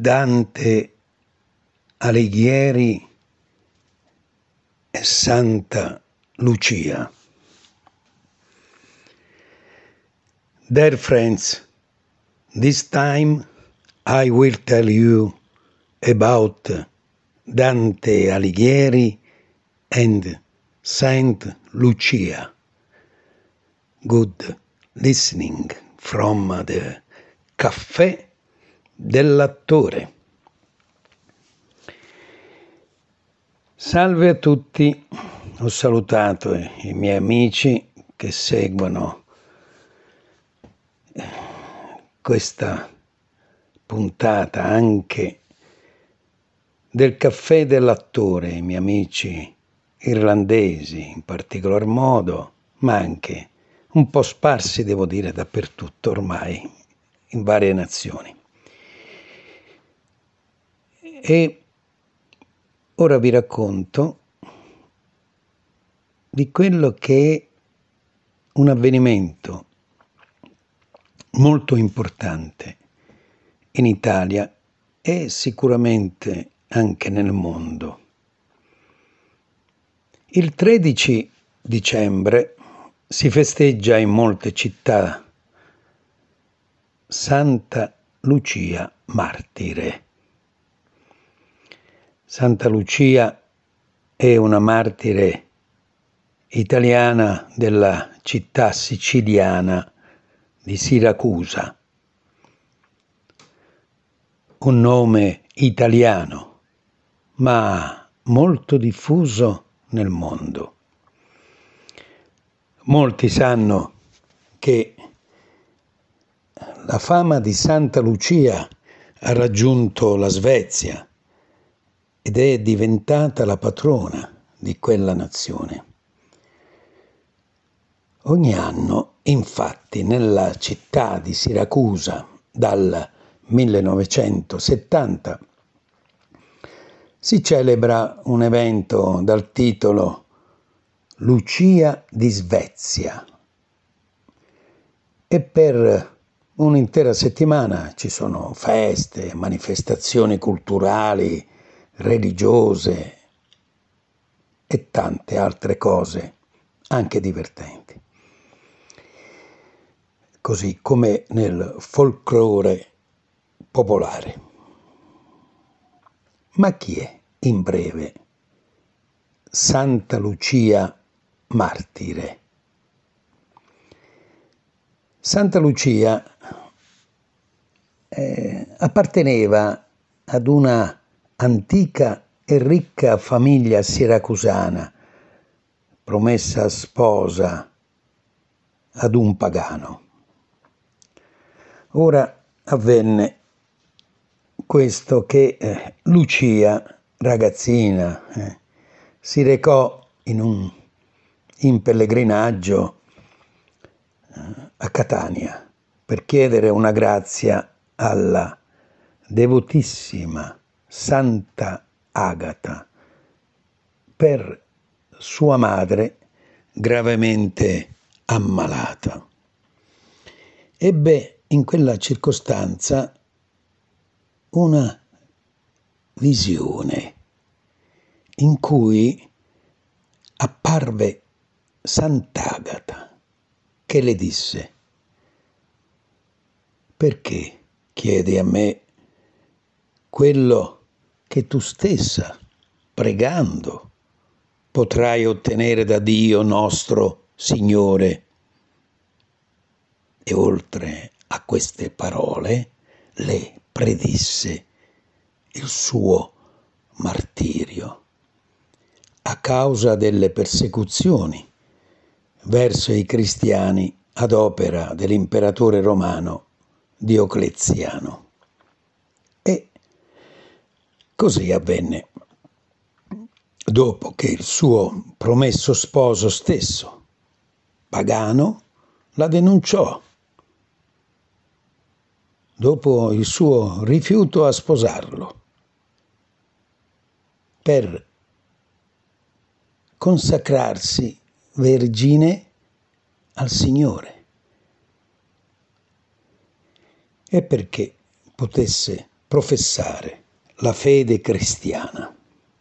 Dante Alighieri e Santa Lucia. Dear friends, this time I will tell you about Dante Alighieri and Saint Lucia. Good listening from the Caffè dell'Attore. Salve a tutti, ho salutato i miei amici che seguono questa puntata anche del Caffè dell'Attore, i miei amici irlandesi in particolar modo, ma anche un po' sparsi, devo dire, dappertutto ormai, in varie nazioni. E ora vi racconto di quello che è un avvenimento molto importante in Italia e sicuramente anche nel mondo. Il 13 dicembre si festeggia in molte città Santa Lucia martire. Santa Lucia è una martire italiana della città siciliana di Siracusa. Un nome italiano, ma molto diffuso nel mondo. Molti sanno che la fama di Santa Lucia ha raggiunto la Svezia ed è diventata la patrona di quella nazione. Ogni anno, infatti, nella città di Siracusa, dal 1970, si celebra un evento dal titolo Lucia di Svezia e per un'intera settimana ci sono feste, manifestazioni culturali, religiose e tante altre cose, anche divertenti. Così come nel folklore popolare. Ma chi è, in breve, Santa Lucia martire? Santa Lucia apparteneva ad una antica e ricca famiglia siracusana, promessa sposa ad un pagano. Ora avvenne questo che Lucia, ragazzina, si recò in pellegrinaggio a Catania per chiedere una grazia alla devotissima Santa Agata per sua madre gravemente ammalata. Ebbe in quella circostanza una visione in cui apparve Sant'Agata che le disse: perché chiedi a me quello che tu stessa, pregando, potrai ottenere da Dio nostro Signore? E oltre a queste parole le predisse il suo martirio a causa delle persecuzioni verso i cristiani ad opera dell'imperatore romano Diocleziano. E così avvenne. Dopo che il suo promesso sposo stesso, pagano, la denunciò. Dopo il suo rifiuto a sposarlo, per consacrarsi vergine al Signore e perché potesse professare la fede cristiana.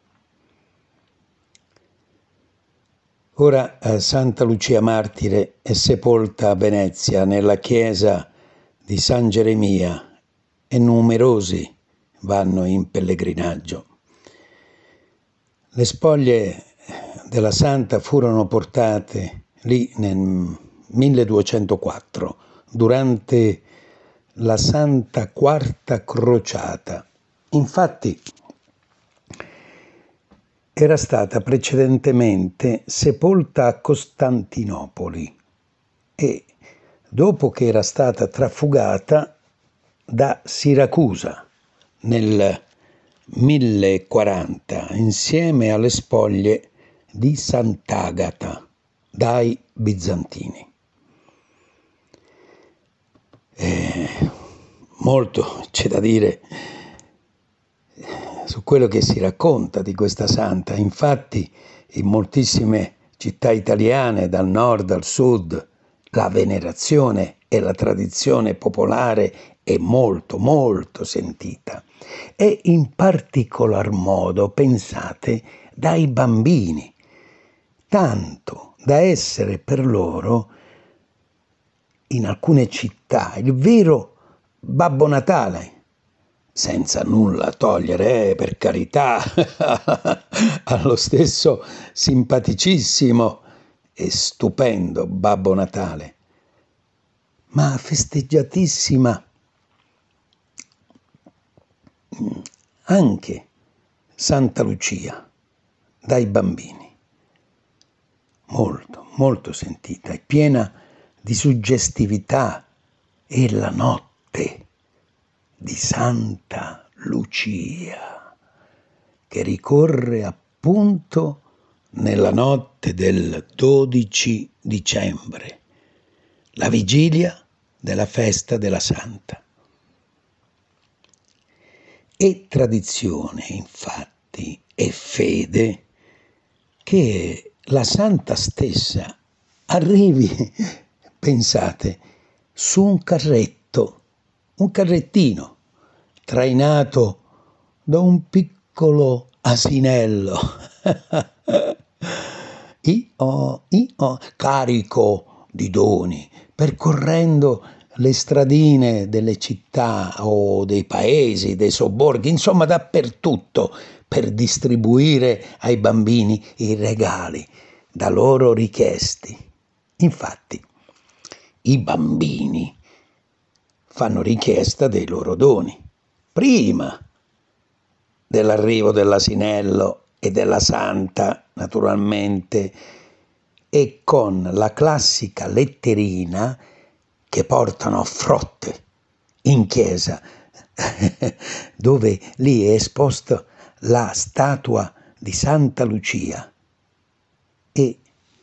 Ora Santa Lucia Martire è sepolta a Venezia nella chiesa di San Geremia e numerosi vanno in pellegrinaggio. Le spoglie della santa furono portate lì nel 1204 durante la Santa Quarta Crociata. Infatti era stata precedentemente sepolta a Costantinopoli e dopo che era stata trafugata da Siracusa nel 1040 insieme alle spoglie di Sant'Agata dai bizantini. Molto c'è da dire su quello che si racconta di questa santa. Infatti in moltissime città italiane, dal nord al sud, la venerazione e la tradizione popolare è molto molto sentita, e in particolar modo, pensate, dai bambini, tanto da essere per loro in alcune città il vero Babbo Natale, senza nulla togliere, per carità, allo stesso simpaticissimo e stupendo Babbo Natale, ma festeggiatissima anche Santa Lucia dai bambini, molto, molto sentita e piena di suggestività. E la notte di Santa Lucia, che ricorre appunto nella notte del 12 dicembre, la vigilia della festa della Santa. È tradizione, infatti, e fede che la Santa stessa arrivi, pensate, su un carrettino, trainato da un piccolo asinello, carico di doni, percorrendo le stradine delle città o dei paesi, dei sobborghi, insomma dappertutto, per distribuire ai bambini i regali da loro richiesti. Infatti, i bambini fanno richiesta dei loro doni prima dell'arrivo dell'asinello e della santa, naturalmente, e con la classica letterina che portano a frotte in chiesa, dove lì è esposta la statua di Santa Lucia e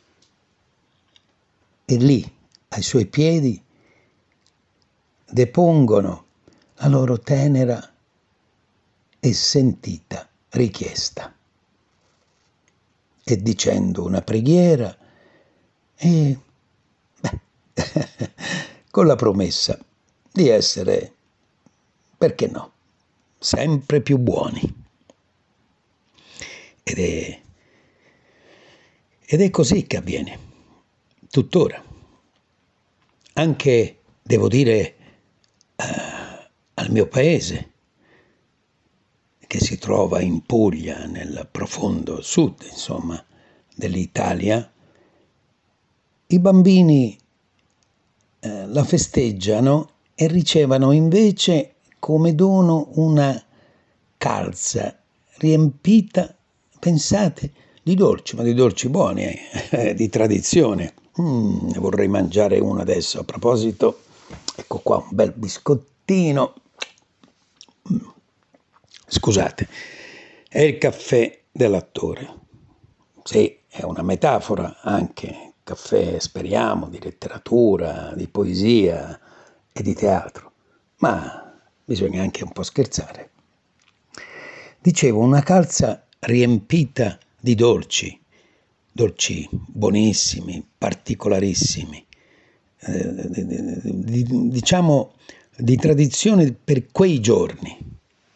lì ai suoi piedi depongono la loro tenera e sentita richiesta, e dicendo una preghiera e con la promessa di essere, perché no, sempre più buoni. Ed è così che avviene tuttora. Anche, devo dire, al mio paese, che si trova in Puglia, nel profondo sud, insomma, dell'Italia, i bambini la festeggiano e ricevono invece come dono una calza riempita, pensate, di dolci, ma di dolci buoni, di tradizione. Ne vorrei mangiare uno adesso. A proposito, ecco qua un bel biscottino. Scusate, è il caffè dell'attore. Sì, è una metafora anche, caffè, speriamo, di letteratura, di poesia e di teatro, ma bisogna anche un po' scherzare. Dicevo, una calza riempita di dolci buonissimi, particolarissimi, diciamo di tradizione per quei giorni,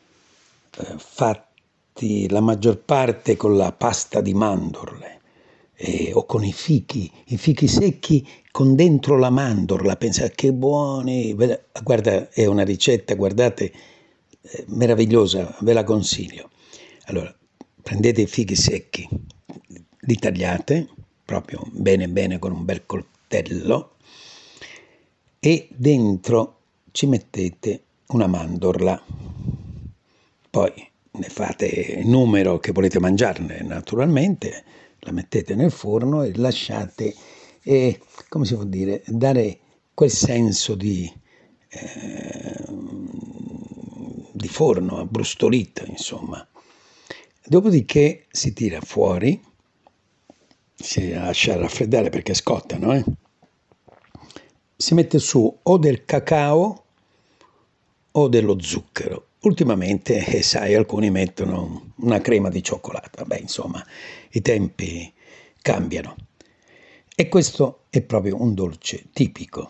fatti la maggior parte con la pasta di mandorle o con i fichi secchi con dentro la mandorla. Pensate che buoni, guarda, è una ricetta, guardate, meravigliosa, ve la consiglio. Allora, prendete i fichi secchi, li tagliate proprio bene bene con un bel coltello e dentro ci mettete una mandorla, poi ne fate il numero che volete mangiarne naturalmente, la mettete nel forno e lasciate, come si può dire, dare quel senso di forno abbrustolito, insomma. Dopodiché si tira fuori, si lascia raffreddare perché scottano, si mette su o del cacao o dello zucchero. Ultimamente, sai, alcuni mettono una crema di cioccolato. Beh, insomma, i tempi cambiano. E questo è proprio un dolce tipico.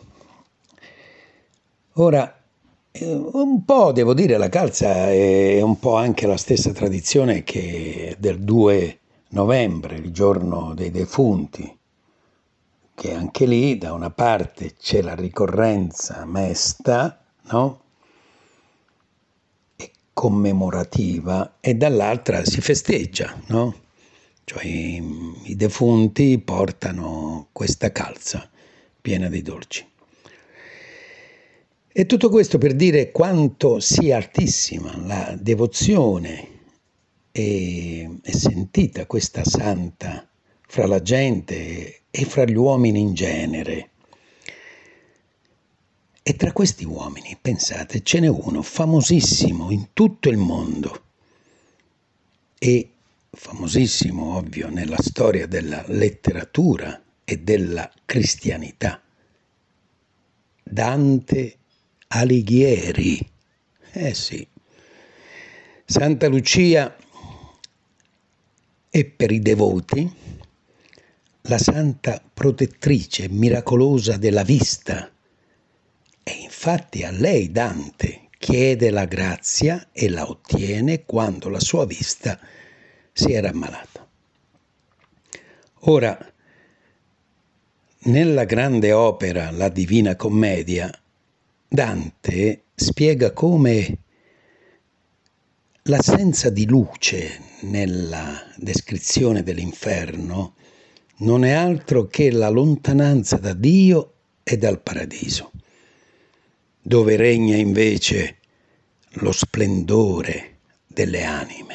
Ora, un po', devo dire, la calza è un po' anche la stessa tradizione che del 2 novembre, il giorno dei defunti, che anche lì da una parte c'è la ricorrenza mesta, no? E commemorativa, e dall'altra si festeggia, no? Cioè i defunti portano questa calza piena di dolci. E tutto questo per dire quanto sia altissima la devozione e sentita questa santa fra la gente e fra gli uomini in genere. E tra questi uomini, pensate, ce n'è uno famosissimo in tutto il mondo e famosissimo, ovvio, nella storia della letteratura e della cristianità. Dante Alighieri. Sì. Santa Lucia è per i devoti la santa protettrice miracolosa della vista. E infatti a lei Dante chiede la grazia e la ottiene quando la sua vista si era ammalata. Ora, nella grande opera La Divina Commedia, Dante spiega come l'assenza di luce nella descrizione dell'inferno non è altro che la lontananza da Dio e dal paradiso, dove regna invece lo splendore delle anime.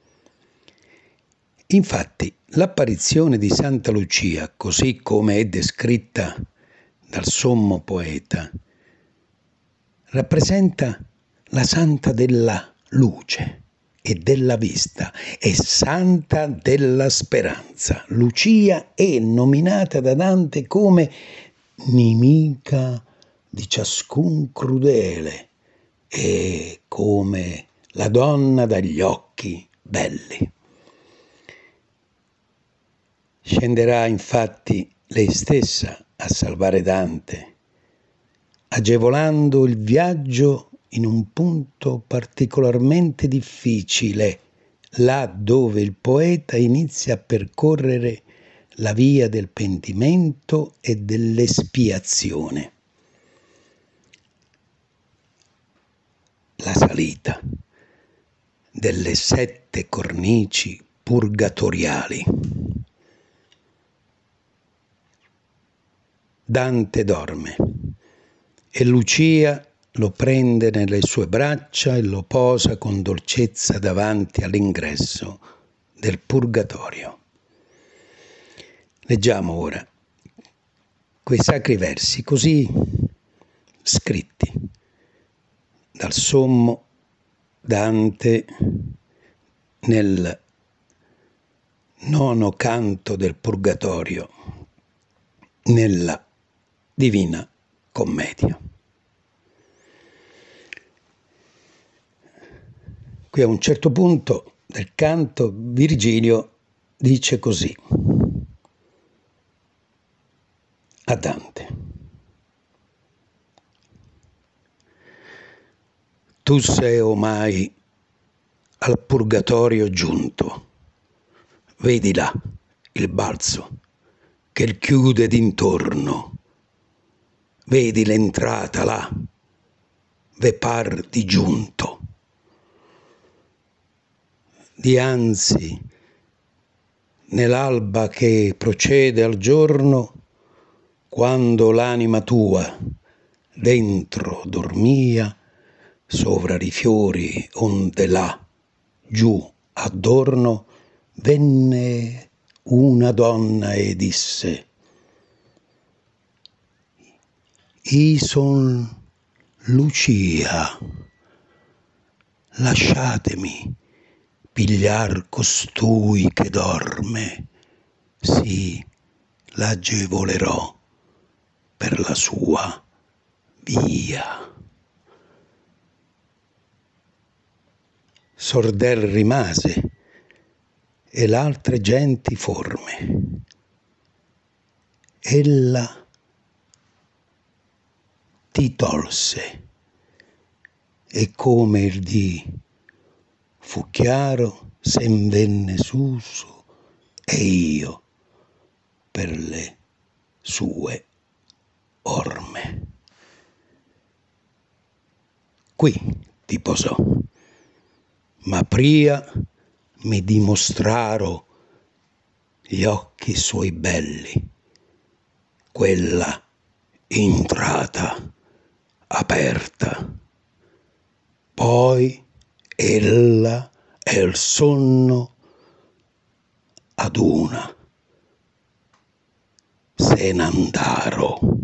Infatti, l'apparizione di Santa Lucia, così come è descritta dal sommo poeta, rappresenta la santa della luce e della vista e santa della speranza. Lucia è nominata da Dante come nemica di ciascun crudele e come la donna dagli occhi belli. Scenderà infatti lei stessa a salvare Dante, agevolando il viaggio in un punto particolarmente difficile, là dove il poeta inizia a percorrere la via del pentimento e dell'espiazione. La salita delle 7 cornici purgatoriali. Dante dorme e Lucia lo prende nelle sue braccia e lo posa con dolcezza davanti all'ingresso del purgatorio. Leggiamo ora quei sacri versi così scritti dal sommo Dante nel 9° canto del Purgatorio, nella Divina Commedia. Qui a un certo punto del canto Virgilio dice così a Dante: tu sei omai al purgatorio giunto. Vedi là il balzo che chiude d'intorno. Vedi l'entrata là, ve par di giunto. Dianzi, nell'alba che procede al giorno, quando l'anima tua dentro dormia, sovra i fiori onde là giù adorno, venne una donna e disse: I son Lucia, lasciatemi pigliar costui che dorme, sì, l'agevolerò per la sua via. Sordel rimase e l'altre genti forme. Ella ti tolse e come il dì fu chiaro, sen venne su e io per le sue orme. Qui ti posò, ma pria mi dimostraro gli occhi suoi belli, quella intrata aperta. Poi ella e il sonno ad una se n'andaro.